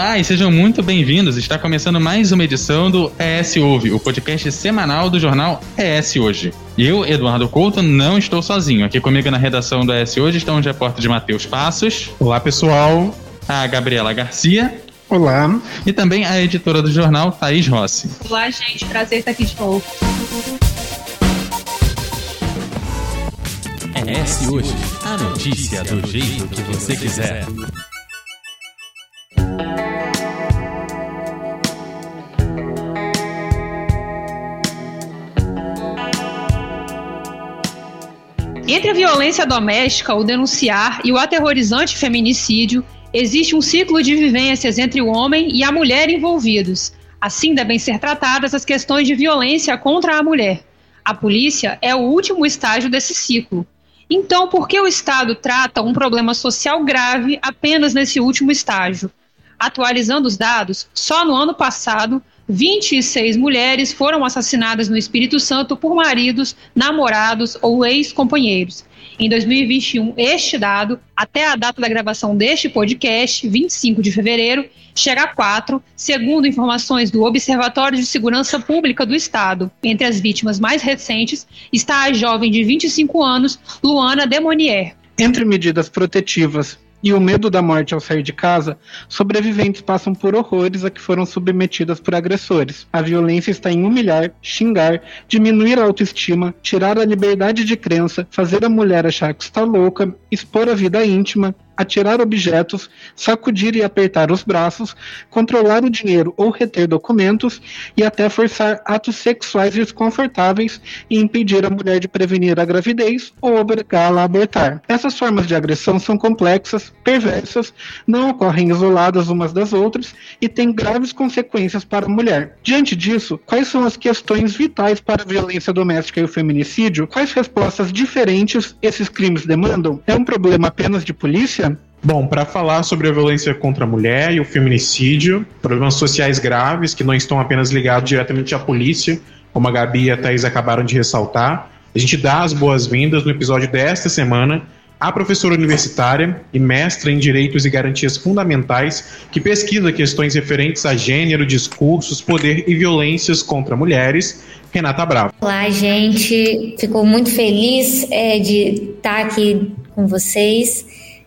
Olá e sejam muito bem-vindos. Está começando mais uma edição do ES Ouve, o podcast semanal do jornal ES Hoje. E eu, Eduardo Couto, não estou sozinho. Aqui comigo na redação do ES Hoje estão os repórteres Matheus Passos. Olá, pessoal. A Gabriela Garcia. Olá. E também a editora do jornal, Thaís Rossi. Olá, gente. Prazer estar aqui de novo. ES Hoje, a notícia do jeito que você quiser. Entre a violência doméstica, o denunciar e o aterrorizante feminicídio, existe um ciclo de vivências entre o homem e a mulher envolvidos. Assim devem ser tratadas as questões de violência contra a mulher. A polícia é o último estágio desse ciclo. Então, por que o Estado trata um problema social grave apenas nesse último estágio? Atualizando os dados, só no ano passado, 26 mulheres foram assassinadas no Espírito Santo por maridos, namorados ou ex-companheiros. Em 2021, este dado, até a data da gravação deste podcast, 25 de fevereiro, chega a 4, segundo informações do Observatório de Segurança Pública do Estado. Entre as vítimas mais recentes está a jovem de 25 anos, Luana Demonier. Entre medidas protetivas e o medo da morte ao sair de casa, sobreviventes passam por horrores a que foram submetidas por agressores. A violência está em humilhar, xingar, diminuir a autoestima, tirar a liberdade de crença, fazer a mulher achar que está louca, expor a vida íntima, atirar objetos, sacudir e apertar os braços, controlar o dinheiro ou reter documentos e até forçar atos sexuais desconfortáveis e impedir a mulher de prevenir a gravidez ou obrigá-la a abortar. Essas formas de agressão são complexas, perversas, não ocorrem isoladas umas das outras e têm graves consequências para a mulher. Diante disso, quais são as questões vitais para a violência doméstica e o feminicídio? Quais respostas diferentes esses crimes demandam? É um problema apenas de polícia? Bom, para falar sobre a violência contra a mulher e o feminicídio, problemas sociais graves que não estão apenas ligados diretamente à polícia, como a Gabi e a Thaís acabaram de ressaltar, a gente dá as boas-vindas no episódio desta semana à professora universitária e mestra em Direitos e Garantias Fundamentais que pesquisa questões referentes a gênero, discursos, poder e violências contra mulheres, Renata Bravo. Olá, gente. Fico muito feliz de estar aqui com vocês.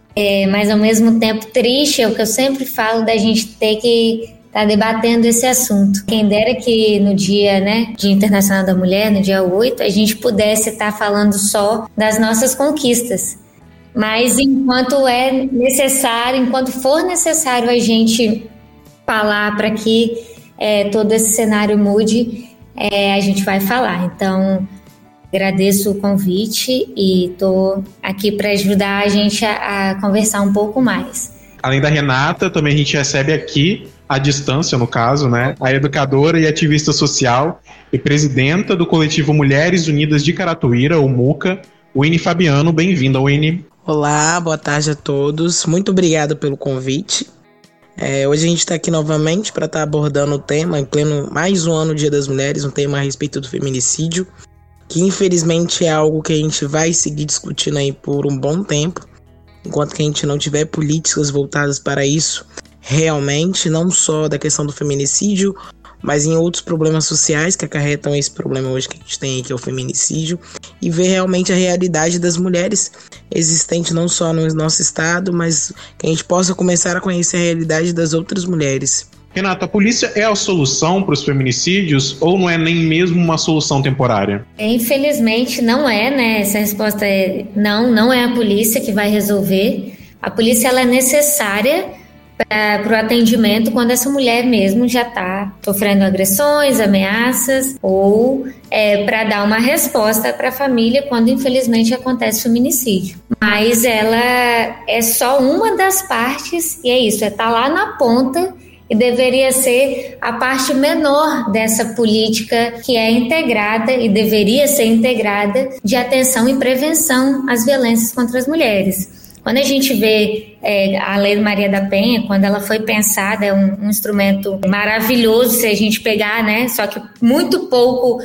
Mas ao mesmo tempo triste, é o que eu sempre falo da gente ter que estar debatendo esse assunto. Quem dera que no dia, Dia Internacional da Mulher, no dia 8, a gente pudesse estar falando só das nossas conquistas. Mas enquanto é necessário, enquanto for necessário a gente falar para que todo esse cenário mude, a gente vai falar. Então, agradeço o convite e estou aqui para ajudar a gente a conversar um pouco mais. Além da Renata, também a gente recebe aqui, à distância no caso, a educadora e ativista social e presidenta do coletivo Mulheres Unidas de Caratuíra, o MUCA, Winnie Fabiano. Bem-vinda, Winnie. Olá, boa tarde a todos. Muito obrigado pelo convite. Hoje a gente está aqui novamente para estar abordando o tema, em pleno mais um ano Dia das Mulheres, um tema a respeito do feminicídio, que infelizmente é algo que a gente vai seguir discutindo aí por um bom tempo, enquanto que a gente não tiver políticas voltadas para isso, realmente, não só da questão do feminicídio, mas em outros problemas sociais que acarretam esse problema hoje que a gente tem aí, que é o feminicídio, e ver realmente a realidade das mulheres existente não só no nosso estado, mas que a gente possa começar a conhecer a realidade das outras mulheres. Renata, a polícia é a solução para os feminicídios ou não é nem mesmo uma solução temporária? Infelizmente não é, Essa resposta é não é a polícia que vai resolver. A polícia ela é necessária para o atendimento quando essa mulher mesmo já está sofrendo agressões, ameaças ou para dar uma resposta para a família quando infelizmente acontece feminicídio. Mas ela é só uma das partes e é isso, tá lá na ponta e deveria ser a parte menor dessa política que é integrada e deveria ser integrada de atenção e prevenção às violências contra as mulheres. Quando a gente vê a Lei Maria da Penha, quando ela foi pensada, é um instrumento maravilhoso se a gente pegar, Só que muito pouco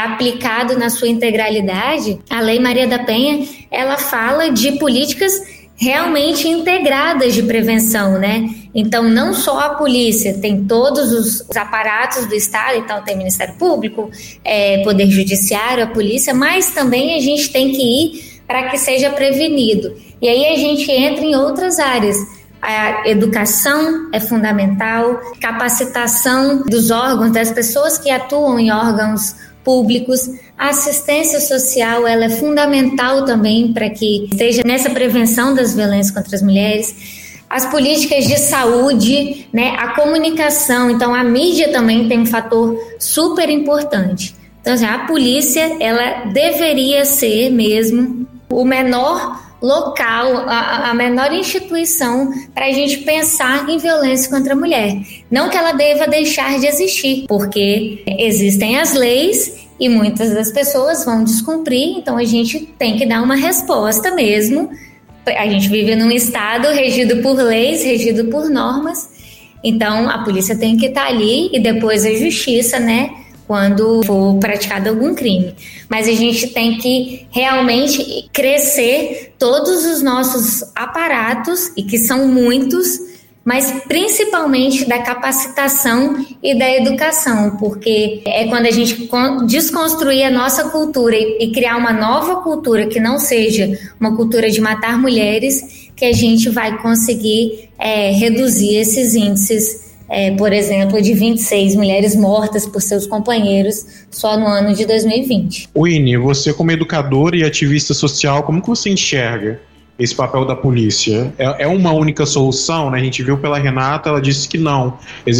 aplicado na sua integralidade. A Lei Maria da Penha, ela fala de políticas realmente integradas de prevenção, né? Então, não só a polícia, tem todos os aparatos do Estado, então tem Ministério Público, Poder Judiciário, a polícia, mas também a gente tem que ir para que seja prevenido. E aí a gente entra em outras áreas. A educação é fundamental, capacitação dos órgãos, das pessoas que atuam em órgãos públicos. A assistência social, ela é fundamental também para que esteja nessa prevenção das violências contra as mulheres. As políticas de saúde, né, a comunicação, então a mídia também tem um fator super importante. Então, assim, a polícia, ela deveria ser mesmo o menor local, a menor instituição para a gente pensar em violência contra a mulher. Não que ela deva deixar de existir, porque existem as leis e muitas das pessoas vão descumprir, então a gente tem que dar uma resposta mesmo. A gente vive num estado regido por leis, regido por normas, então a polícia tem que estar ali e depois a justiça, né, quando for praticado algum crime. Mas a gente tem que realmente crescer todos os nossos aparatos, e que são muitos, mas principalmente da capacitação e da educação, porque é quando a gente desconstruir a nossa cultura e criar uma nova cultura que não seja uma cultura de matar mulheres, que a gente vai conseguir reduzir esses índices, por exemplo, de 26 mulheres mortas por seus companheiros só no ano de 2020. Winnie, você como educadora e ativista social, como que você enxerga esse papel da polícia? É uma única solução, né? A gente viu pela Renata, ela disse que não.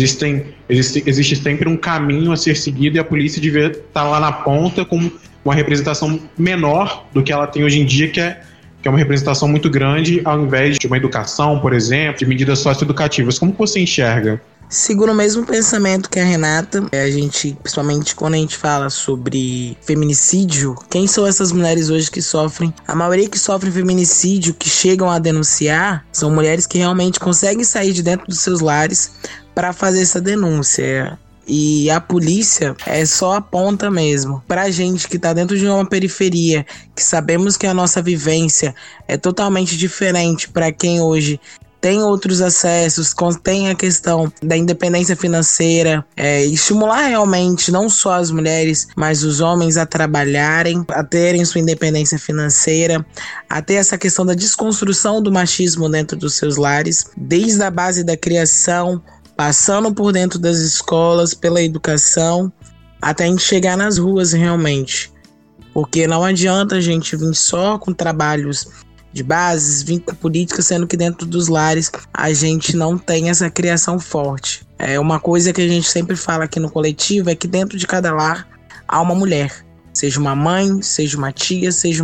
Existe sempre um caminho a ser seguido e a polícia devia estar lá na ponta com uma representação menor do que ela tem hoje em dia, que é uma representação muito grande, ao invés de uma educação, por exemplo, de medidas socioeducativas. Como que você enxerga? Sigo no mesmo pensamento que a Renata. A gente, principalmente quando a gente fala sobre feminicídio, quem são essas mulheres hoje que sofrem? A maioria que sofrem feminicídio, que chegam a denunciar, são mulheres que realmente conseguem sair de dentro dos seus lares para fazer essa denúncia. E a polícia é só a ponta mesmo. Pra gente que tá dentro de uma periferia, que sabemos que a nossa vivência é totalmente diferente para quem hoje tem outros acessos, tem a questão da independência financeira, estimular realmente não só as mulheres, mas os homens a trabalharem, a terem sua independência financeira, a ter essa questão da desconstrução do machismo dentro dos seus lares, desde a base da criação, passando por dentro das escolas, pela educação, até a gente chegar nas ruas realmente. Porque não adianta a gente vir só com trabalhos de bases, vir com política, sendo que dentro dos lares a gente não tem essa criação forte. Uma coisa que a gente sempre fala aqui no coletivo é que dentro de cada lar há uma mulher. Seja uma mãe, seja uma tia, seja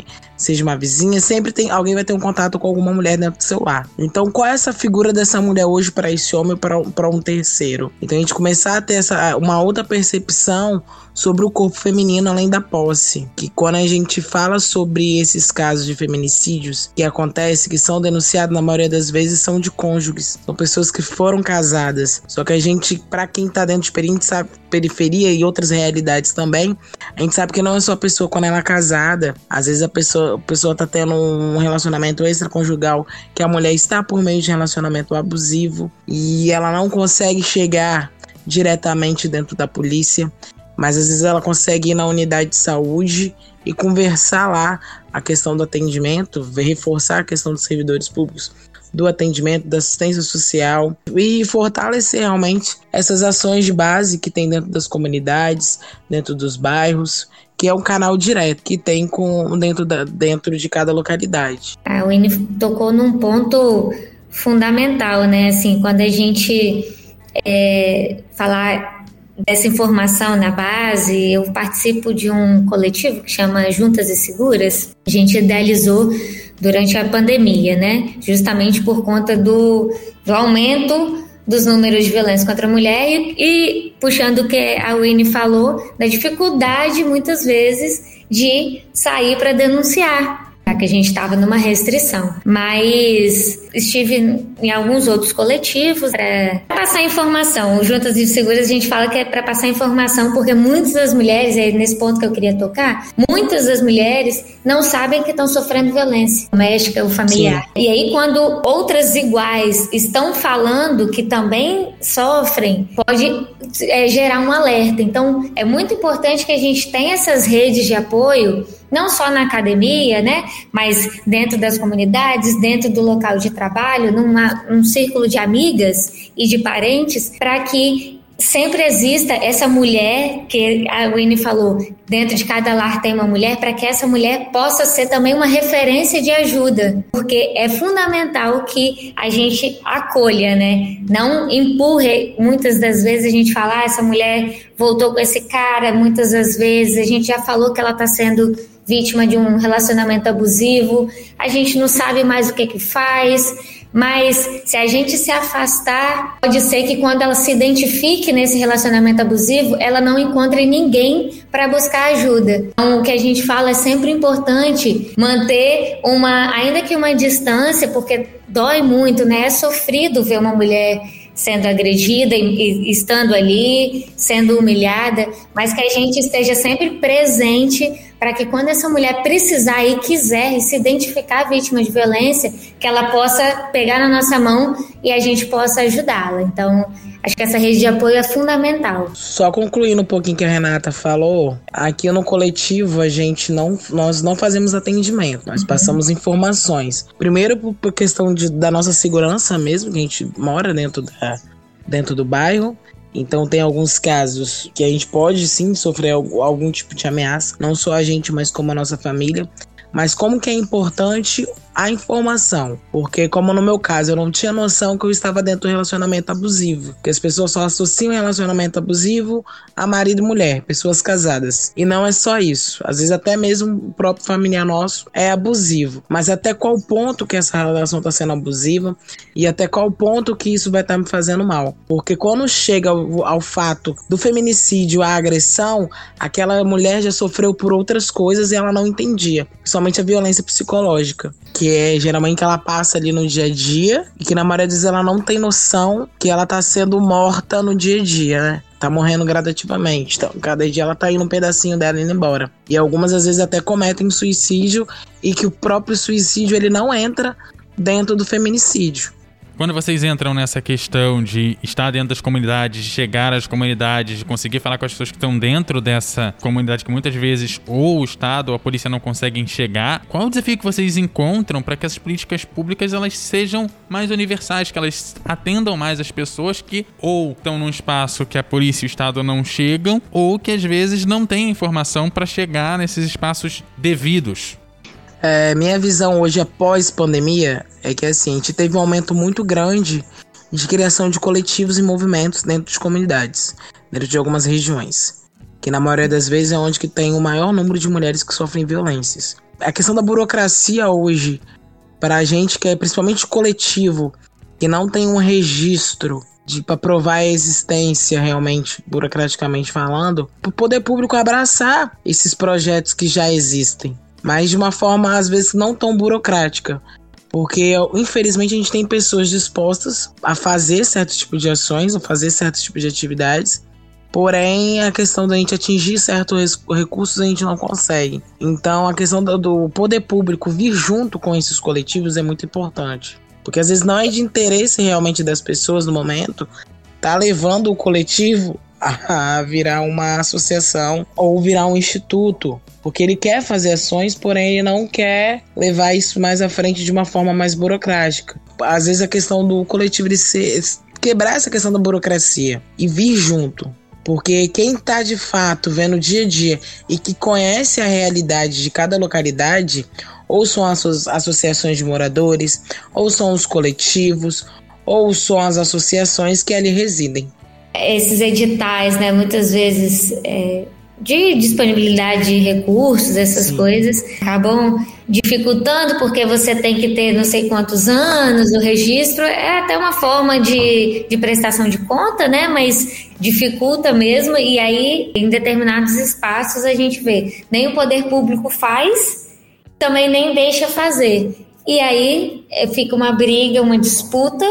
uma vizinha, sempre alguém vai ter um contato com alguma mulher dentro do seu lar. Então, qual é essa figura dessa mulher hoje para esse homem ou para um terceiro? Então, a gente começar a ter uma outra percepção sobre o corpo feminino além da posse. Que quando a gente fala sobre esses casos de feminicídios que acontecem, que são denunciados na maioria das vezes, são de cônjuges. São pessoas que foram casadas. Só que a gente, para quem tá dentro de periferia e outras realidades também, a gente sabe que não é só a pessoa quando ela é casada. Às vezes a pessoa tá tendo um relacionamento extraconjugal, que a mulher está por meio de relacionamento abusivo e ela não consegue chegar diretamente dentro da polícia, mas às vezes ela consegue ir na unidade de saúde e conversar lá a questão do atendimento, reforçar a questão dos servidores públicos, do atendimento, da assistência social e fortalecer realmente essas ações de base que tem dentro das comunidades, dentro dos bairros, que é um canal direto que tem dentro de cada localidade. A Winnie tocou num ponto fundamental, né? Assim, quando a gente falar dessa informação na base, eu participo de um coletivo que chama Juntas e Seguras. A gente idealizou durante a pandemia, né? Justamente por conta do aumento dos números de violência contra a mulher e puxando o que a Winnie falou, da dificuldade, muitas vezes, de sair para denunciar. A que a gente estava numa restrição. Mas estive em alguns outros coletivos para passar informação. O Juntas e Seguras a gente fala que é para passar informação, porque muitas das mulheres, é nesse ponto que eu queria tocar, muitas das mulheres não sabem que estão sofrendo violência doméstica ou familiar. Sim. E aí, quando outras iguais estão falando que também sofrem, pode gerar um alerta. Então, é muito importante que a gente tenha essas redes de apoio, não só na academia, né, mas dentro das comunidades, dentro do local de trabalho, num círculo de amigas e de parentes, para que sempre exista essa mulher, que a Winnie falou, dentro de cada lar tem uma mulher, para que essa mulher possa ser também uma referência de ajuda, porque é fundamental que a gente acolha, né? Não empurre. Muitas das vezes a gente fala, essa mulher voltou com esse cara, muitas das vezes a gente já falou que ela está sendo vítima de um relacionamento abusivo, a gente não sabe mais o que faz. Mas se a gente se afastar, pode ser que quando ela se identifique nesse relacionamento abusivo, ela não encontre ninguém para buscar ajuda. Então, o que a gente fala é sempre importante manter ainda que uma distância, porque dói muito, né? É sofrido ver uma mulher sendo agredida e estando ali, sendo humilhada, mas que a gente esteja sempre presente para que quando essa mulher precisar e quiser e se identificar vítima de violência, que ela possa pegar na nossa mão e a gente possa ajudá-la. Então, acho que essa rede de apoio é fundamental. Só concluindo um pouquinho que a Renata falou, aqui no coletivo nós não fazemos atendimento, nós passamos informações. Primeiro por questão da nossa segurança mesmo, que a gente mora dentro do bairro. Então tem alguns casos que a gente pode sim sofrer algum tipo de ameaça, não só a gente, mas como a nossa família. Mas como que é importante a informação? Porque como no meu caso, eu não tinha noção que eu estava dentro do relacionamento abusivo. Porque as pessoas só associam relacionamento abusivo a marido e mulher, pessoas casadas. E não é só isso. Às vezes até mesmo o próprio familiar nosso é abusivo. Mas até qual ponto que essa relação está sendo abusiva e até qual ponto que isso vai estar me fazendo mal? Porque quando chega ao fato do feminicídio, a agressão, aquela mulher já sofreu por outras coisas e ela não entendia. Principalmente a violência psicológica, que é geralmente que ela passa ali no dia a dia e que na maioria das vezes ela não tem noção que ela tá sendo morta no dia a dia, né? Tá morrendo gradativamente. Então, cada dia ela tá indo um pedacinho dela indo embora. E algumas às vezes até cometem suicídio e que o próprio suicídio ele não entra dentro do feminicídio. Quando vocês entram nessa questão de estar dentro das comunidades, de chegar às comunidades, de conseguir falar com as pessoas que estão dentro dessa comunidade, que muitas vezes ou o Estado ou a polícia não conseguem chegar, qual o desafio que vocês encontram para que essas políticas públicas elas sejam mais universais, que elas atendam mais as pessoas que ou estão num espaço que a polícia e o Estado não chegam, ou que às vezes não têm informação para chegar nesses espaços devidos? Minha visão hoje após pandemia é que assim, a gente teve um aumento muito grande de criação de coletivos e movimentos dentro de comunidades, dentro de algumas regiões, que na maioria das vezes é onde que tem o maior número de mulheres que sofrem violências. A questão da burocracia hoje, para a gente que é principalmente coletivo, que não tem um registro para provar a existência realmente, burocraticamente falando, para o poder público abraçar esses projetos que já existem, mas de uma forma às vezes não tão burocrática, porque infelizmente a gente tem pessoas dispostas a fazer certos tipos de ações, a fazer certos tipos de atividades, porém a questão da gente atingir certos recursos a gente não consegue. Então a questão do poder público vir junto com esses coletivos é muito importante, porque às vezes não é de interesse realmente das pessoas no momento tá levando o coletivo a virar uma associação ou virar um instituto, porque ele quer fazer ações, porém ele não quer levar isso mais à frente de uma forma mais burocrática. Às vezes a questão do coletivo de quebrar essa questão da burocracia e vir junto, porque quem está de fato vendo o dia a dia e que conhece a realidade de cada localidade, ou são as associações de moradores, ou são os coletivos, ou são as associações que ali residem. Esses editais, né, muitas vezes de disponibilidade de recursos, essas Sim. coisas, acabam dificultando porque você tem que ter não sei quantos anos, o registro é até uma forma de prestação de conta, né, mas dificulta mesmo, e aí em determinados espaços a gente vê, nem o poder público faz, também nem deixa fazer. E aí fica uma briga, uma disputa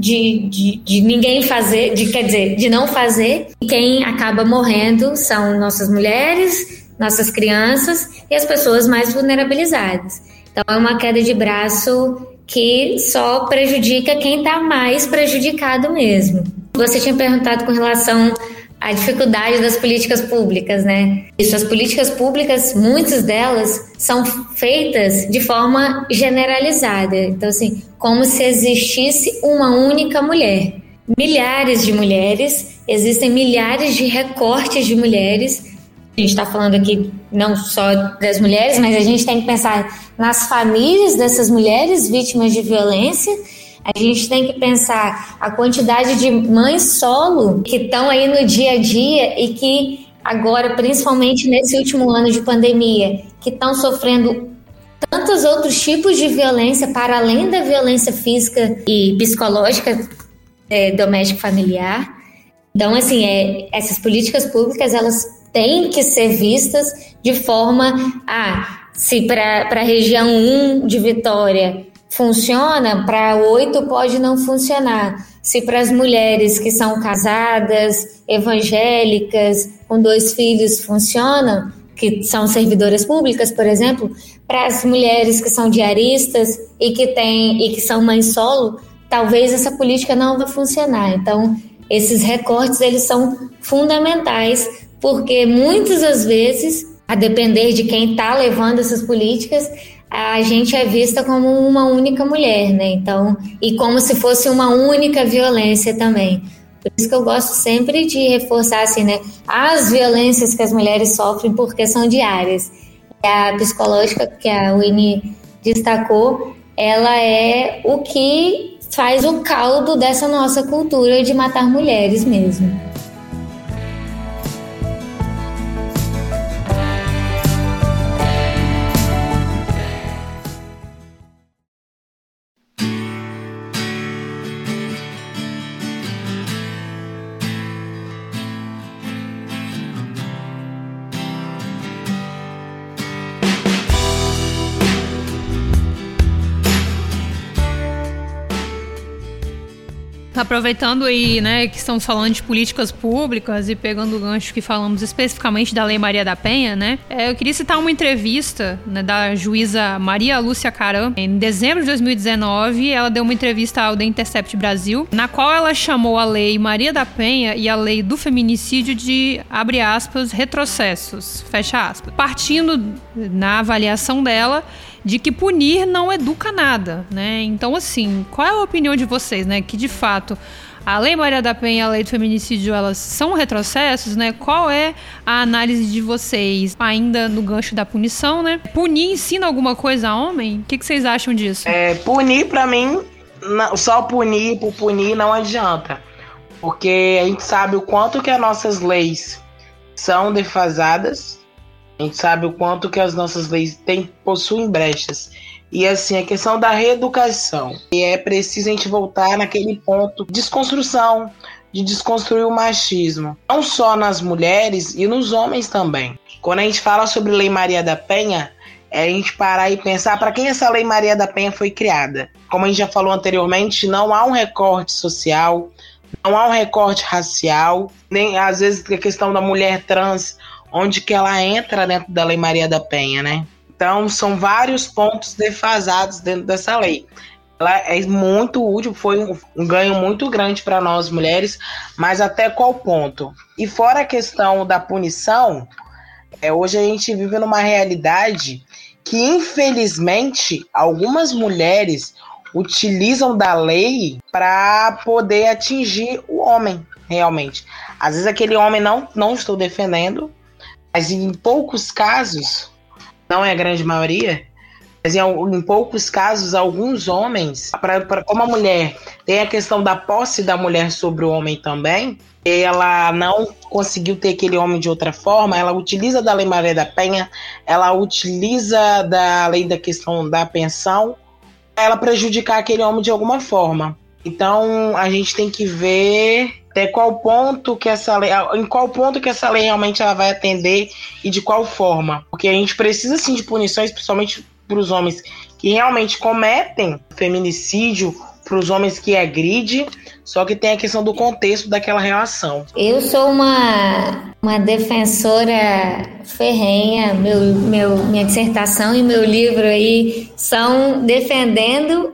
de ninguém fazer, de não fazer. E quem acaba morrendo são nossas mulheres, nossas crianças e as pessoas mais vulnerabilizadas. Então é uma queda de braço que só prejudica quem está mais prejudicado mesmo. Você tinha perguntado com relação à dificuldade das políticas públicas, né? Isso, as políticas públicas, muitas delas são feitas de forma generalizada. Então, assim, como se existisse uma única mulher. Milhares de mulheres, existem milhares de recortes de mulheres. A gente está falando aqui não só das mulheres, mas a gente tem que pensar nas famílias dessas mulheres vítimas de violência. A gente tem que pensar a quantidade de mães solo que estão aí no dia a dia e que agora, principalmente nesse último ano de pandemia, que estão sofrendo tantos outros tipos de violência para além da violência física e psicológica doméstica familiar. Então, assim, essas políticas públicas, elas têm que ser vistas de forma se para a região 1 de Vitória funciona, para 8 pode não funcionar. Se para as mulheres que são casadas, evangélicas, com 2 filhos funciona, que são servidoras públicas, por exemplo, para as mulheres que são diaristas e que são mães solo, talvez essa política não vá funcionar. Então, esses recortes, eles são fundamentais, porque muitas das vezes, a depender de quem está levando essas políticas, a gente é vista como uma única mulher, né? Então, e como se fosse uma única violência também. Por isso que eu gosto sempre de reforçar, assim, né? As violências que as mulheres sofrem porque são diárias. A psicológica, que a Winnie destacou, ela é o que faz o caldo dessa nossa cultura de matar mulheres mesmo. Aproveitando aí, né, que estamos falando de políticas públicas e pegando o gancho que falamos especificamente da Lei Maria da Penha, né, eu queria citar uma entrevista, né, da juíza Maria Lúcia Caram. Em dezembro de 2019, ela deu uma entrevista ao The Intercept Brasil, na qual ela chamou a Lei Maria da Penha e a Lei do Feminicídio de, abre aspas, retrocessos, fecha aspas. Partindo, na avaliação dela, de que punir não educa nada, né? Então, assim, qual é a opinião de vocês, né? Que, de fato, a Lei Maria da Penha e a Lei do Feminicídio, elas são retrocessos, né? Qual é a análise de vocês, ainda no gancho da punição, né? Punir ensina alguma coisa a homem? O que vocês acham disso? Punir, pra mim, só punir por punir não adianta. Porque a gente sabe o quanto que as nossas leis são defasadas. A gente sabe o quanto que as nossas leis possuem brechas. E assim, a questão da reeducação. E é preciso a gente voltar naquele ponto de desconstrução, de desconstruir o machismo. Não só nas mulheres e nos homens também. Quando a gente fala sobre Lei Maria da Penha, é a gente parar e pensar para quem essa Lei Maria da Penha foi criada. Como a gente já falou anteriormente, não há um recorte social, não há um recorte racial, nem às vezes a questão da mulher trans, onde que ela entra dentro da Lei Maria da Penha, né? Então, são vários pontos defasados dentro dessa lei. Ela é muito útil, foi um ganho muito grande para nós mulheres, mas até qual ponto? E fora a questão da punição, hoje a gente vive numa realidade que, infelizmente, algumas mulheres utilizam da lei para poder atingir o homem, realmente. Às vezes aquele homem, não estou defendendo, mas em poucos casos, não é a grande maioria, mas em poucos casos, alguns homens, como a mulher tem a questão da posse da mulher sobre o homem também, ela não conseguiu ter aquele homem de outra forma, ela utiliza da Lei Maria da Penha, ela utiliza da lei da questão da pensão, para ela prejudicar aquele homem de alguma forma. Então, a gente tem que ver até qual ponto que essa lei, em qual ponto que essa lei realmente ela vai atender e de qual forma. Porque a gente precisa sim de punições, principalmente para os homens que realmente cometem feminicídio, para os homens que agridem, só que tem a questão do contexto daquela relação. Eu sou uma defensora ferrenha, minha dissertação e meu livro aí são defendendo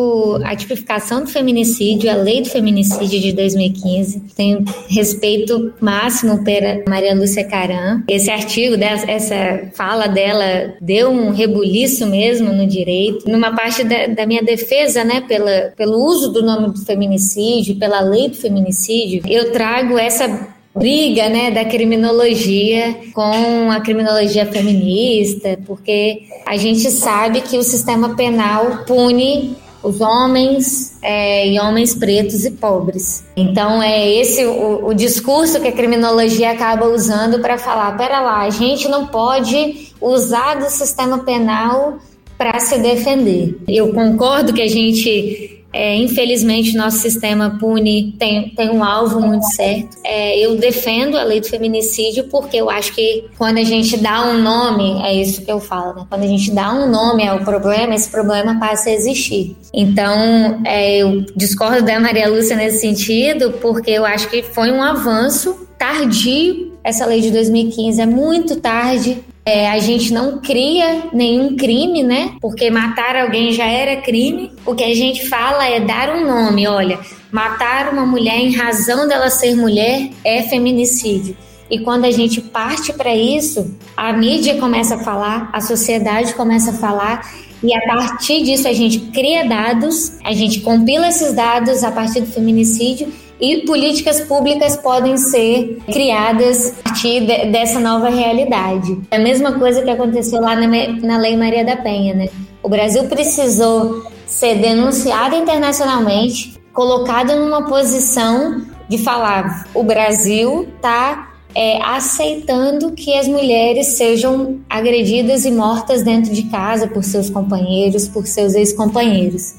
a tipificação do feminicídio, a lei do feminicídio de 2015. Tenho respeito máximo pela Maria Lúcia Caram. Esse artigo, essa fala dela deu um rebuliço mesmo no direito. Numa parte da minha defesa, né, pelo uso do nome do feminicídio, pela lei do feminicídio, eu trago essa briga, né, da criminologia com a criminologia feminista, porque a gente sabe que o sistema penal pune os homens e homens pretos e pobres. Então é esse o discurso que a criminologia acaba usando para falar, pera lá, a gente não pode usar do sistema penal para se defender. Eu concordo que a gente infelizmente, nosso sistema pune, tem um alvo muito certo. Eu defendo a lei do feminicídio porque eu acho que quando a gente dá um nome, é isso que eu falo, né? Quando a gente dá um nome ao problema, esse problema passa a existir. Então, eu discordo da Maria Lúcia nesse sentido, porque eu acho que foi um avanço tardio. Essa lei de 2015 é muito tarde. A gente não cria nenhum crime, né? Porque matar alguém já era crime. O que a gente fala é dar um nome. Olha, matar uma mulher em razão dela ser mulher é feminicídio. E quando a gente parte para isso, a mídia começa a falar, a sociedade começa a falar, e a partir disso a gente cria dados, a gente compila esses dados a partir do feminicídio, e políticas públicas podem ser criadas a partir dessa nova realidade. É a mesma coisa que aconteceu lá na Lei Maria da Penha, né? O Brasil precisou ser denunciado internacionalmente, colocado numa posição de falar, o Brasil está aceitando que as mulheres sejam agredidas e mortas dentro de casa por seus companheiros, por seus ex-companheiros.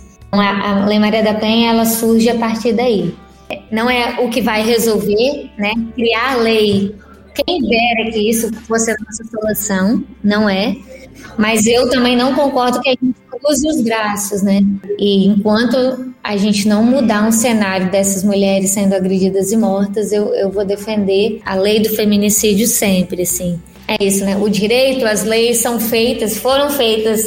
A Lei Maria da Penha, ela surge a partir daí. Não é o que vai resolver, né? Criar lei, quem dera que isso fosse a nossa solução, não é. Mas eu também não concordo que a gente cruze os braços, né? E enquanto a gente não mudar um cenário dessas mulheres sendo agredidas e mortas, eu vou defender a lei do feminicídio sempre, assim. É isso, né? O direito, as leis foram feitas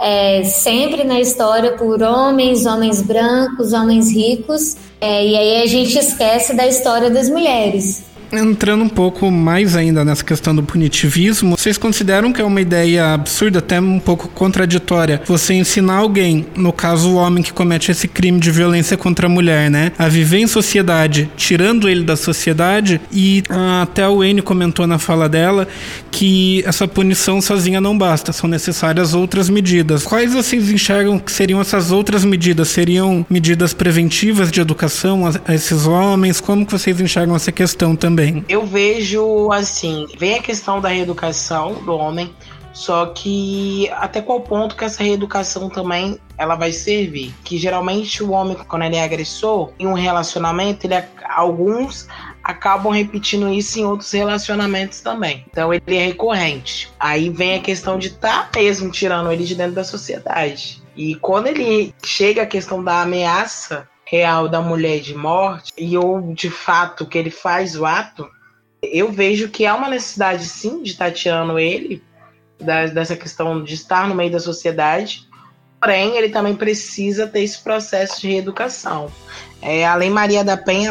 sempre na história por homens brancos, homens ricos, e aí a gente esquece da história das mulheres. Entrando um pouco mais ainda nessa questão do punitivismo, vocês consideram que é uma ideia absurda, até um pouco contraditória, você ensinar alguém, no caso o homem que comete esse crime de violência contra a mulher, né, a viver em sociedade, tirando ele da sociedade, e até a Wayne comentou na fala dela que essa punição sozinha não basta, são necessárias outras medidas. Quais vocês enxergam que seriam essas outras medidas? Seriam medidas preventivas de educação a esses homens? Como que vocês enxergam essa questão também? Eu vejo assim, vem a questão da reeducação do homem, só que até qual ponto que essa reeducação também ela vai servir? Que geralmente o homem, quando ele é agressor em um relacionamento, alguns acabam repetindo isso em outros relacionamentos também. Então ele é recorrente. Aí vem a questão de estar mesmo tirando ele de dentro da sociedade. E quando ele chega a questão da ameaça real da mulher de morte, ou de fato que ele faz o ato, eu vejo que há uma necessidade sim de estar tirando ele dessa questão de estar no meio da sociedade, porém ele também precisa ter esse processo de reeducação. A Lei Maria da Penha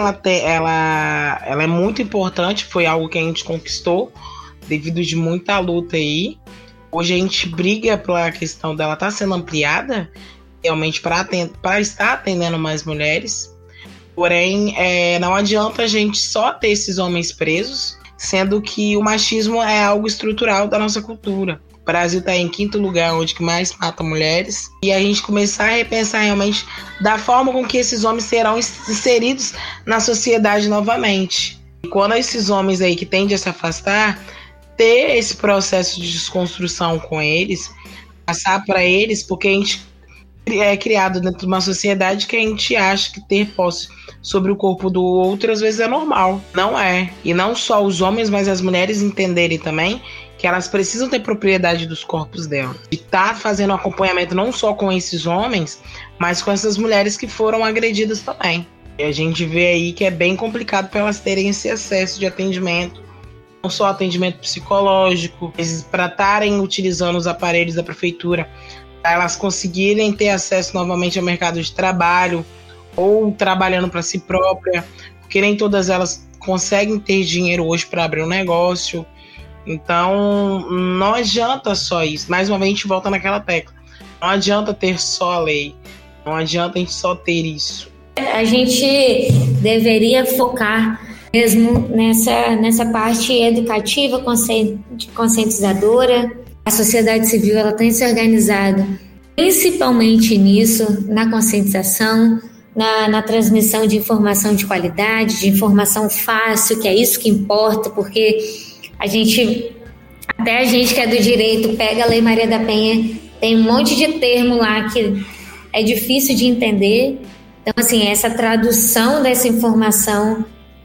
ela é muito importante, foi algo que a gente conquistou devido de muita luta aí. Hoje a gente briga pela questão dela estar sendo ampliada realmente para estar atendendo mais mulheres. Porém, não adianta a gente só ter esses homens presos, sendo que o machismo é algo estrutural da nossa cultura. O Brasil está em 5º lugar, onde que mais mata mulheres, e a gente começar a repensar realmente da forma com que esses homens serão inseridos na sociedade novamente. E quando esses homens aí que tendem a se afastar, ter esse processo de desconstrução com eles, passar para eles, porque a gente é criado dentro de uma sociedade que a gente acha que ter posse sobre o corpo do outro às vezes é normal. Não é. E não só os homens, mas as mulheres entenderem também que elas precisam ter propriedade dos corpos delas. E tá fazendo acompanhamento não só com esses homens, mas com essas mulheres que foram agredidas também. E a gente vê aí que é bem complicado para elas terem esse acesso de atendimento, não só atendimento psicológico, para estarem utilizando os aparelhos da prefeitura, para elas conseguirem ter acesso novamente ao mercado de trabalho, ou trabalhando para si própria, porque nem todas elas conseguem ter dinheiro hoje para abrir um negócio. Então, não adianta só isso. Mais uma vez, a gente volta naquela tecla. Não adianta ter só a lei. Não adianta a gente só ter isso. A gente deveria focar mesmo nessa parte educativa, conscientizadora. A sociedade civil ela tem se organizado principalmente nisso, na conscientização, na transmissão de informação de qualidade, de informação fácil, que é isso que importa, porque até a gente que é do direito pega a Lei Maria da Penha, tem um monte de termo lá que é difícil de entender. Então, assim, essa tradução dessa informação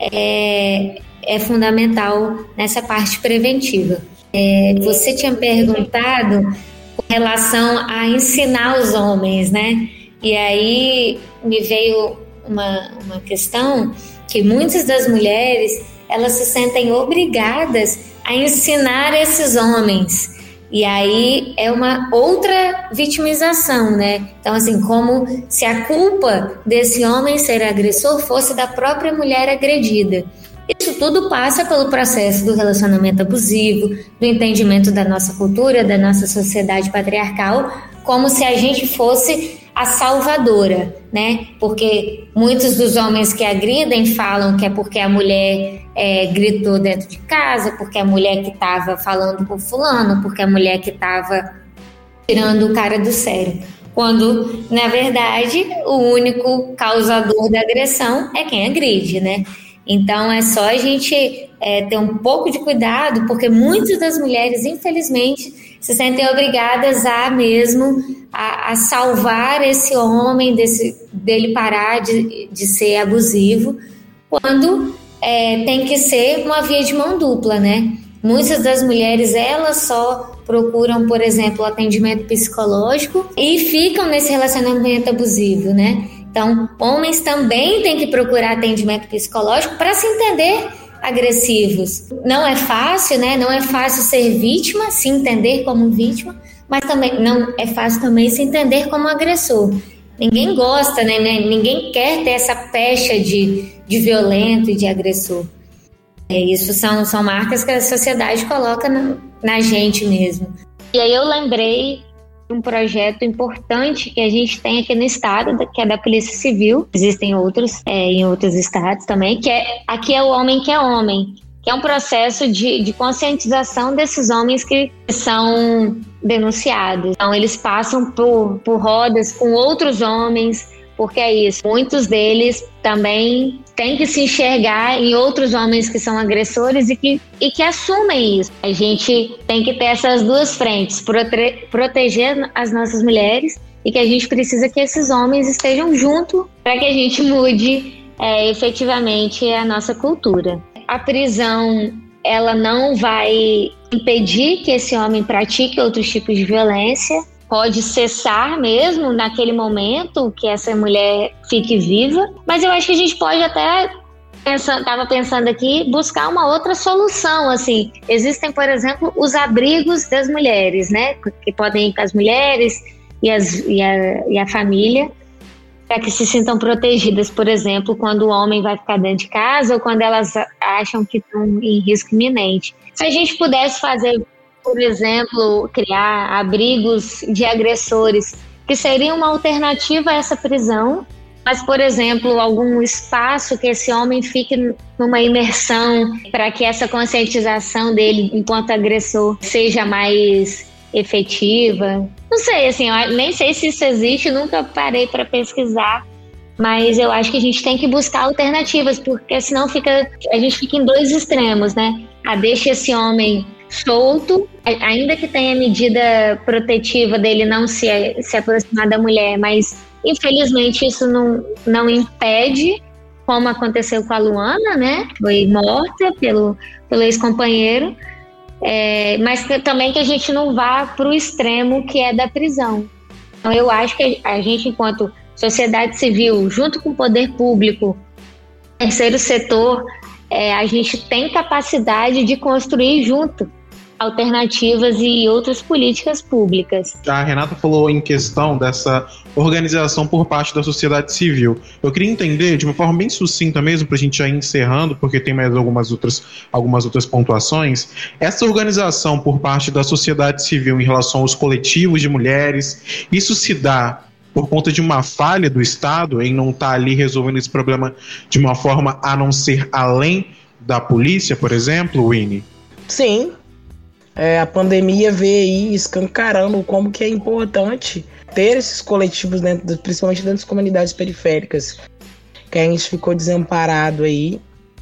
é fundamental nessa parte preventiva. Você tinha perguntado com relação a ensinar os homens, né? E aí me veio uma questão que muitas das mulheres, elas se sentem obrigadas a ensinar esses homens. E aí é uma outra vitimização, né? Então, assim, como se a culpa desse homem ser agressor fosse da própria mulher agredida. Isso tudo passa pelo processo do relacionamento abusivo, do entendimento da nossa cultura, da nossa sociedade patriarcal, como se a gente fosse a salvadora, né? Porque muitos dos homens que agridem falam que é porque a mulher gritou dentro de casa, porque a mulher que estava falando com fulano, porque a mulher que estava tirando o cara do sério. Quando, na verdade, o único causador da agressão é quem agride, né? Então, é só a gente ter um pouco de cuidado, porque muitas das mulheres, infelizmente, se sentem obrigadas a salvar esse homem, dele parar de ser abusivo, quando tem que ser uma via de mão dupla, né? Muitas das mulheres, elas só procuram, por exemplo, atendimento psicológico e ficam nesse relacionamento abusivo, né? Então, homens também têm que procurar atendimento psicológico para se entender agressivos. Não é fácil, né? Não é fácil ser vítima, se entender como vítima, mas também não é fácil também se entender como agressor. Ninguém gosta, né? Ninguém quer ter essa pecha de violento e de agressor. Isso são marcas que a sociedade coloca na gente mesmo. E aí eu lembrei um projeto importante que a gente tem aqui no estado, que é da Polícia Civil. Existem outros em outros estados também, que aqui é o Homem que é Homem, que é um processo de conscientização desses homens que são denunciados. Então, eles passam por rodas com outros homens, porque é isso. Muitos deles também têm que se enxergar em outros homens que são agressores e que assumem isso. A gente tem que ter essas duas frentes, proteger as nossas mulheres e que a gente precisa que esses homens estejam juntos para que a gente mude efetivamente a nossa cultura. A prisão, ela não vai impedir que esse homem pratique outros tipos de violência, pode cessar mesmo naquele momento que essa mulher fique viva, mas eu acho que a gente pode até, estava pensando aqui, buscar uma outra solução, assim. Existem, por exemplo, os abrigos das mulheres, né, que podem ir com as mulheres e a família, para que se sintam protegidas, por exemplo, quando o homem vai ficar dentro de casa ou quando elas acham que estão em risco iminente. Se a gente pudesse fazer, por exemplo, criar abrigos de agressores, que seria uma alternativa a essa prisão, mas, por exemplo, algum espaço que esse homem fique numa imersão para que essa conscientização dele enquanto agressor seja mais efetiva. Não sei, assim, eu nem sei se isso existe, nunca parei para pesquisar, mas eu acho que a gente tem que buscar alternativas, porque senão a gente fica em dois extremos, né? Deixa esse homem solto, ainda que tenha medida protetiva dele não se aproximar da mulher, mas infelizmente isso não impede, como aconteceu com a Luana, né? Foi morta pelo ex-companheiro. mas também que a gente não vá para o extremo que é da prisão. Então eu acho que a gente, enquanto sociedade civil, junto com o poder público, terceiro setor, a gente tem capacidade de construir junto alternativas e outras políticas públicas. A Renata falou em questão dessa organização por parte da sociedade civil. Eu queria entender, de uma forma bem sucinta mesmo, para a gente já ir encerrando, porque tem mais algumas outras pontuações, essa organização por parte da sociedade civil em relação aos coletivos de mulheres, isso se dá por conta de uma falha do Estado em não estar ali resolvendo esse problema de uma forma a não ser além da polícia, por exemplo, Winnie? Sim. A pandemia veio aí escancarando como que é importante ter esses coletivos, principalmente dentro das comunidades periféricas, que a gente ficou desamparado aí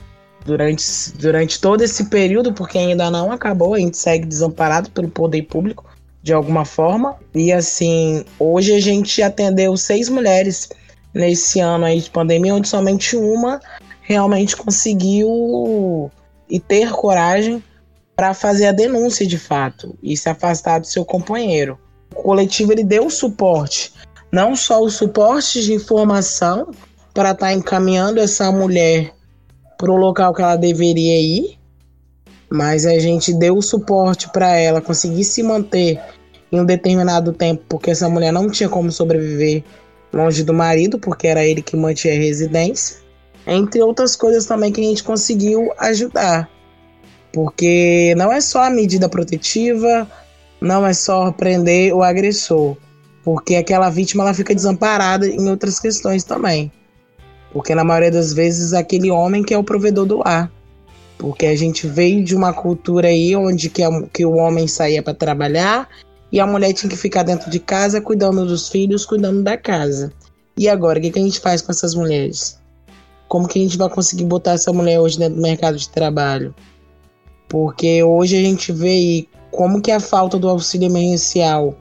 durante todo esse período, porque ainda não acabou, a gente segue desamparado pelo poder público de alguma forma. E assim, hoje a gente atendeu 6 mulheres nesse ano aí de pandemia, onde somente uma realmente conseguiu e ter coragem para fazer a denúncia de fato e se afastar do seu companheiro. O coletivo ele deu suporte, não só o suporte de informação para estar encaminhando essa mulher para o local que ela deveria ir, mas a gente deu o suporte para ela conseguir se manter em um determinado tempo, porque essa mulher não tinha como sobreviver longe do marido, porque era ele que mantinha a residência, entre outras coisas também que a gente conseguiu ajudar. Porque não é só a medida protetiva, não é só prender o agressor, porque aquela vítima ela fica desamparada em outras questões também. Porque na maioria das vezes aquele homem que é o provedor do lar. Porque a gente veio de uma cultura aí onde que o homem saía para trabalhar e a mulher tinha que ficar dentro de casa cuidando dos filhos, cuidando da casa. E agora, o que a gente faz com essas mulheres? Como que a gente vai conseguir botar essa mulher hoje dentro do mercado de trabalho? Porque hoje a gente vê aí como que a falta do auxílio emergencial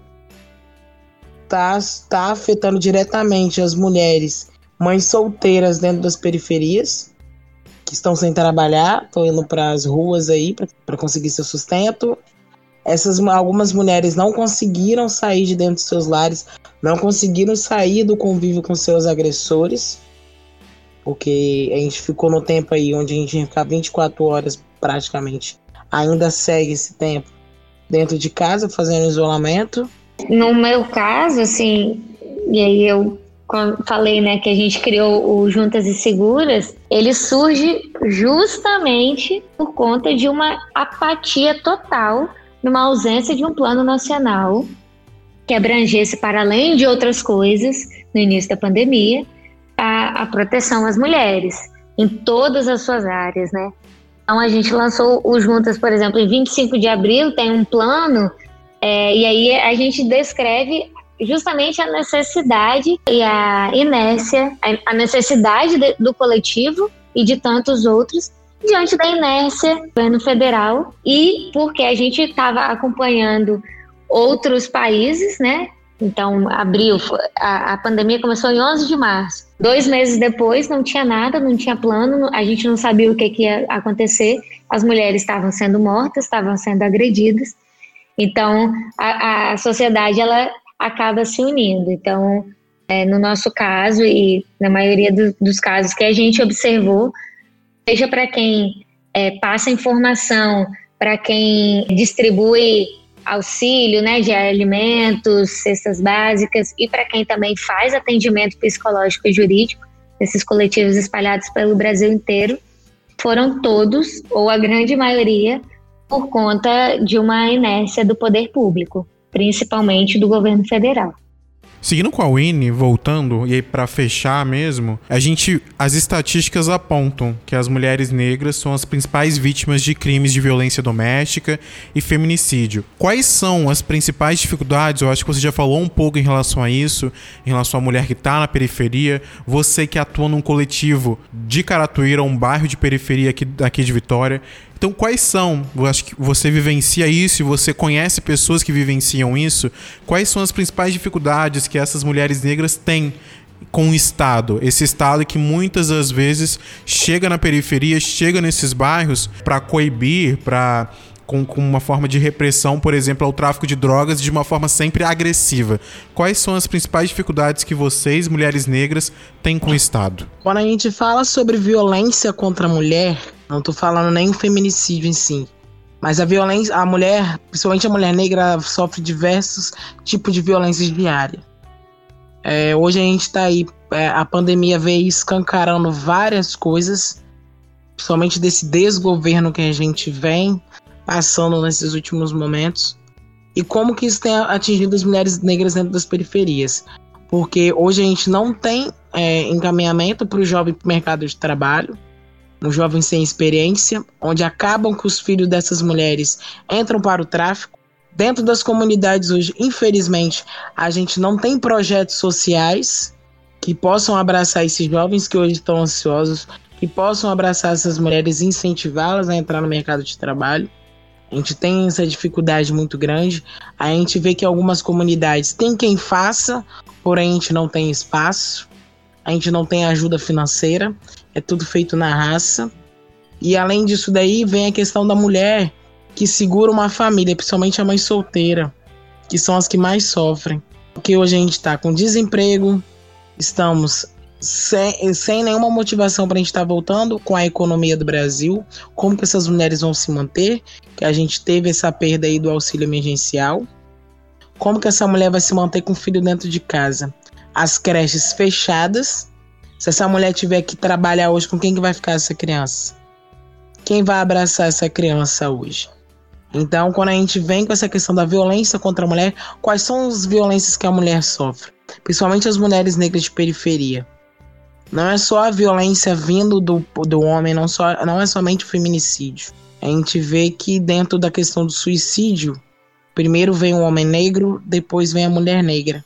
tá afetando diretamente as mulheres, mães solteiras dentro das periferias, que estão sem trabalhar, estão indo para as ruas aí para conseguir seu sustento. Algumas mulheres não conseguiram sair de dentro dos seus lares, não conseguiram sair do convívio com seus agressores, porque a gente ficou no tempo aí onde a gente ia ficar 24 horas praticamente, ainda segue esse tempo dentro de casa, fazendo isolamento. No meu caso, assim, e aí eu falei, né, que a gente criou o Juntas e Seguras, ele surge justamente por conta de uma apatia total, numa ausência de um plano nacional que abrangesse, para além de outras coisas, no início da pandemia, a proteção às mulheres, em todas as suas áreas, né? Então a gente lançou o Juntas, por exemplo, em 25 de abril, tem um plano, e aí a gente descreve justamente a necessidade e a inércia, a necessidade do coletivo e de tantos outros, diante da inércia do governo federal, e porque a gente estava acompanhando outros países, né? Então, a pandemia começou em 11 de março. 2 meses depois, não tinha nada, não tinha plano, a gente não sabia o que ia acontecer. As mulheres estavam sendo mortas, estavam sendo agredidas. Então, a sociedade, ela acaba se unindo. Então, no nosso caso e na maioria dos casos que a gente observou, seja para quem passa informação, para quem distribui auxílio, né, de alimentos, cestas básicas, e para quem também faz atendimento psicológico e jurídico, esses coletivos espalhados pelo Brasil inteiro, foram todos, ou a grande maioria, por conta de uma inércia do poder público, principalmente do governo federal. Seguindo com a Winnie, voltando, e aí pra fechar mesmo, as estatísticas apontam que as mulheres negras são as principais vítimas de crimes de violência doméstica e feminicídio. Quais são as principais dificuldades? Eu acho que você já falou um pouco em relação a isso, em relação à mulher que tá na periferia, você que atua num coletivo de Caratuíra, um bairro de periferia aqui de Vitória. Então, quais são, eu acho que você vivencia isso e você conhece pessoas que vivenciam isso, quais são as principais dificuldades que essas mulheres negras têm com o Estado? Esse Estado que muitas das vezes chega na periferia, chega nesses bairros para coibir, para com uma forma de repressão, por exemplo, ao tráfico de drogas, de uma forma sempre agressiva. Quais são as principais dificuldades que vocês, mulheres negras, têm com o Estado? Quando a gente fala sobre violência contra a mulher, não estou falando nem o feminicídio em si, mas a violência, a mulher, principalmente a mulher negra, sofre diversos tipos de violência diária. Hoje a gente está aí, a pandemia veio escancarando várias coisas, principalmente desse desgoverno que a gente vem passando nesses últimos momentos, e como que isso tem atingido as mulheres negras dentro das periferias. Porque hoje a gente não tem encaminhamento para o jovem pro mercado de trabalho, um jovem sem experiência, onde acabam que os filhos dessas mulheres entram para o tráfico. Dentro das comunidades hoje, infelizmente, a gente não tem projetos sociais que possam abraçar esses jovens que hoje estão ansiosos, que possam abraçar essas mulheres e incentivá-las a entrar no mercado de trabalho. A gente tem essa dificuldade muito grande. A gente vê que algumas comunidades tem quem faça, porém a gente não tem espaço. A gente não tem ajuda financeira. É tudo feito na raça. E além disso daí, vem a questão da mulher que segura uma família, principalmente a mãe solteira, que são as que mais sofrem. Porque hoje a gente está com desemprego, estamos sem nenhuma motivação para a gente estar voltando com a economia do Brasil, como que essas mulheres vão se manter, que a gente teve essa perda aí do auxílio emergencial, como que essa mulher vai se manter com o filho dentro de casa, as creches fechadas. Se essa mulher tiver que trabalhar hoje, com quem que vai ficar essa criança? Quem vai abraçar essa criança hoje? Então, quando a gente vem com essa questão da violência contra a mulher, quais são as violências que a mulher sofre? Principalmente as mulheres negras de periferia. Não é só a violência vindo do homem, não é somente o feminicídio. A gente vê que dentro da questão do suicídio, primeiro vem o homem negro, depois vem a mulher negra.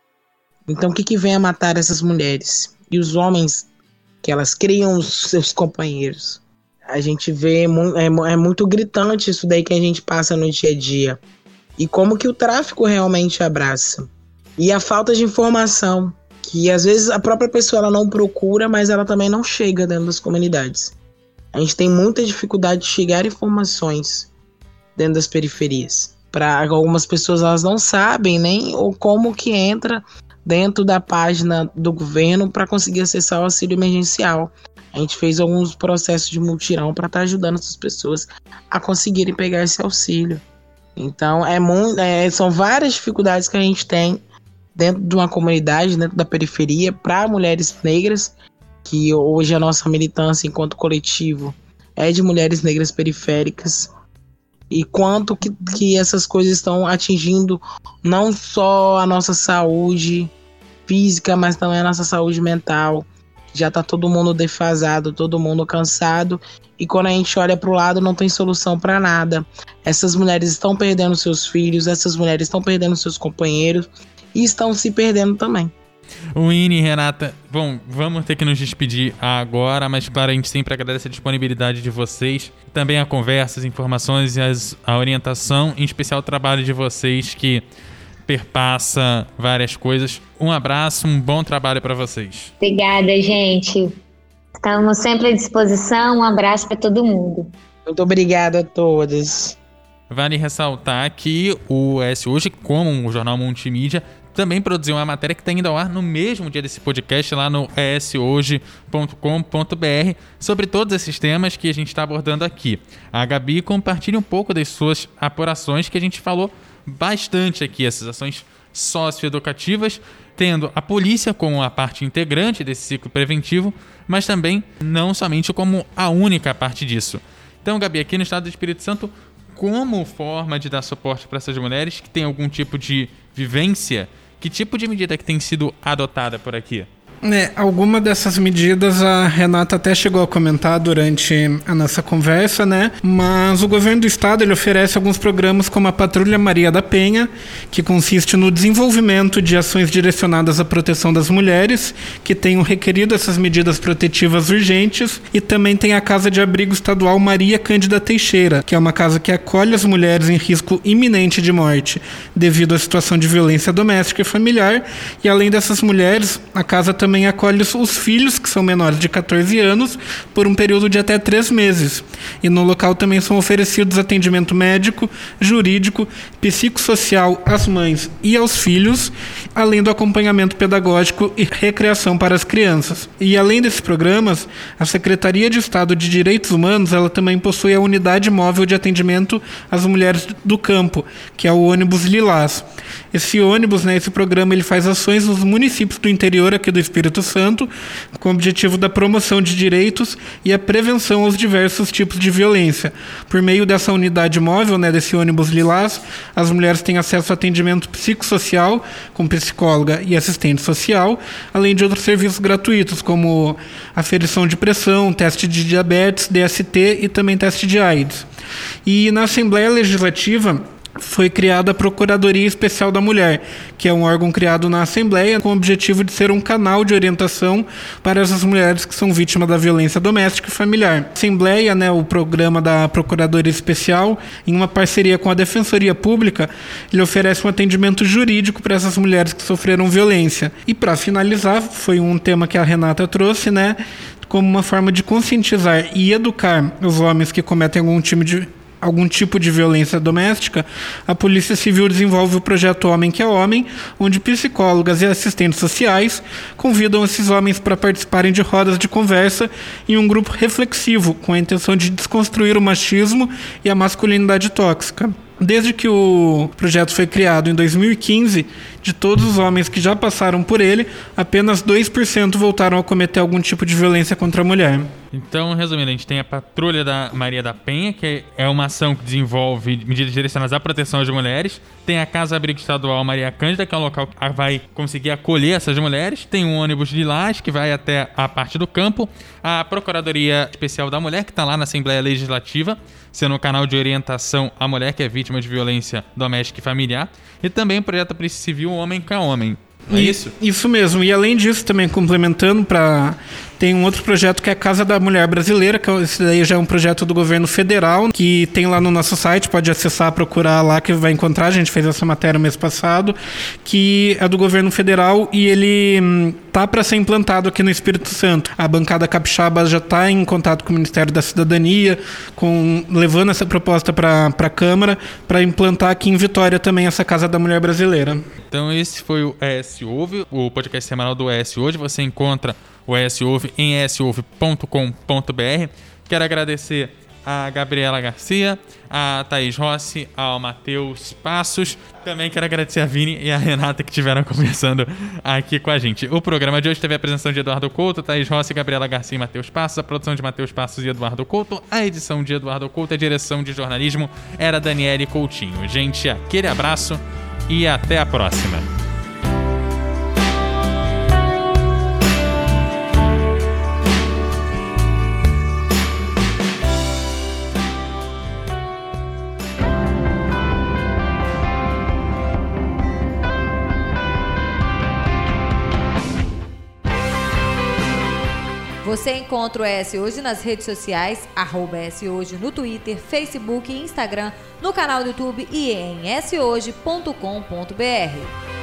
Então o que vem a matar essas mulheres? E os homens, que elas criam os seus companheiros. A gente vê, é muito gritante isso daí que a gente passa no dia a dia. E como que o tráfico realmente abraça. E a falta de informação, que às vezes a própria pessoa ela não procura, mas ela também não chega dentro das comunidades. A gente tem muita dificuldade de chegar a informações dentro das periferias. Para algumas pessoas elas não sabem nem ou como que entra dentro da página do governo para conseguir acessar o auxílio emergencial. A gente fez alguns processos de mutirão para estar ajudando essas pessoas a conseguirem pegar esse auxílio. Então são várias dificuldades que a gente tem dentro de uma comunidade, dentro da periferia, para mulheres negras, que hoje a nossa militância enquanto coletivo é de mulheres negras periféricas, e quanto que essas coisas estão atingindo não só a nossa saúde física, mas também a nossa saúde mental. Já está todo mundo defasado, todo mundo cansado, e quando a gente olha para o lado não tem solução para nada. Essas mulheres estão perdendo seus filhos, essas mulheres estão perdendo seus companheiros, e estão se perdendo também. Winnie e Renata, bom, vamos ter que nos despedir agora, mas claro, a gente sempre agradece a disponibilidade de vocês, também a conversa, as informações e a orientação, em especial o trabalho de vocês que perpassa várias coisas. Um abraço, um bom trabalho para vocês. Obrigada, gente. Estamos sempre à disposição. Um abraço para todo mundo. Muito obrigado a todas. Vale ressaltar que o ES Hoje, como o jornal multimídia, também produziu uma matéria que está indo ao ar no mesmo dia desse podcast, lá no eshoje.com.br, sobre todos esses temas que a gente está abordando aqui. A Gabi compartilha um pouco das suas apurações, que a gente falou bastante aqui, essas ações socioeducativas, tendo a polícia como a parte integrante desse ciclo preventivo, mas também não somente como a única parte disso. Então, Gabi, aqui no estado do Espírito Santo, como forma de dar suporte para essas mulheres que têm algum tipo de vivência, que tipo de medida que tem sido adotada por aqui? Alguma dessas medidas a Renata até chegou a comentar durante a nossa conversa, né? Mas o governo do estado ele oferece alguns programas como a Patrulha Maria da Penha, que consiste no desenvolvimento de ações direcionadas à proteção das mulheres que tenham requerido essas medidas protetivas urgentes, e também tem a Casa de Abrigo Estadual Maria Cândida Teixeira, que é uma casa que acolhe as mulheres em risco iminente de morte devido à situação de violência doméstica e familiar. E além dessas mulheres, a casa também também acolhe os filhos, que são menores de 14 anos, por um período de até 3 meses. E no local também são oferecidos atendimento médico, jurídico, psicossocial às mães e aos filhos, além do acompanhamento pedagógico e recreação para as crianças. E além desses programas, a Secretaria de Estado de Direitos Humanos ela também possui a Unidade Móvel de Atendimento às Mulheres do Campo, que é o ônibus Lilás. Esse ônibus, esse programa, ele faz ações nos municípios do interior aqui do Espírito Santo, com o objetivo da promoção de direitos e a prevenção aos diversos tipos de violência. Por meio dessa unidade móvel, desse ônibus Lilás, as mulheres têm acesso a atendimento psicossocial, com psicóloga e assistente social, além de outros serviços gratuitos, como aferição de pressão, teste de diabetes, DST e também teste de AIDS. E na Assembleia Legislativa foi criada a Procuradoria Especial da Mulher, que é um órgão criado na Assembleia com o objetivo de ser um canal de orientação para essas mulheres que são vítimas da violência doméstica e familiar. A Assembleia, o programa da Procuradoria Especial, em uma parceria com a Defensoria Pública, ele oferece um atendimento jurídico para essas mulheres que sofreram violência. E para finalizar, foi um tema que a Renata trouxe, como uma forma de conscientizar e educar os homens que cometem algum tipo de violência doméstica, a Polícia Civil desenvolve o projeto Homem que é Homem, onde psicólogas e assistentes sociais convidam esses homens para participarem de rodas de conversa em um grupo reflexivo, com a intenção de desconstruir o machismo e a masculinidade tóxica. Desde que o projeto foi criado em 2015, de todos os homens que já passaram por ele, apenas 2% voltaram a cometer algum tipo de violência contra a mulher. Então, resumindo, a gente tem a Patrulha da Maria da Penha, que é uma ação que desenvolve medidas direcionadas à proteção às mulheres. Tem a Casa Abrigo Estadual Maria Cândida, que é um local que vai conseguir acolher essas mulheres. Tem um ônibus Lilás, que vai até a parte do campo. A Procuradoria Especial da Mulher, que está lá na Assembleia Legislativa, sendo um canal de orientação à mulher que é vítima de violência doméstica e familiar. E também o projeto Polícia Civil Homem com Homem. É isso? Isso mesmo. E além disso, também complementando, tem um outro projeto que é a Casa da Mulher Brasileira, que esse daí já é um projeto do governo federal, que tem lá no nosso site, pode acessar, procurar lá que vai encontrar, a gente fez essa matéria mês passado, que é do governo federal e ele tá para ser implantado aqui no Espírito Santo. A bancada capixaba já está em contato com o Ministério da Cidadania, levando essa proposta para a Câmara, para implantar aqui em Vitória também essa Casa da Mulher Brasileira. Então esse foi o ES Ouve, o podcast semanal do ES Hoje. Você encontra o ES Ouve em esouve.com.br. Quero agradecer a Gabriela Garcia, a Thaís Rossi, ao Matheus Passos. Também quero agradecer a Vini e a Renata que estiveram conversando aqui com a gente. O programa de hoje teve a apresentação de Eduardo Couto, Thaís Rossi, Gabriela Garcia e Matheus Passos. A produção de Matheus Passos e Eduardo Couto. A edição de Eduardo Couto. A direção de jornalismo era Daniele Coutinho. Gente, aquele abraço e até a próxima. Você encontra o ES Hoje nas redes sociais, @ES Hoje no Twitter, Facebook e Instagram, no canal do YouTube e em eshoje.com.br.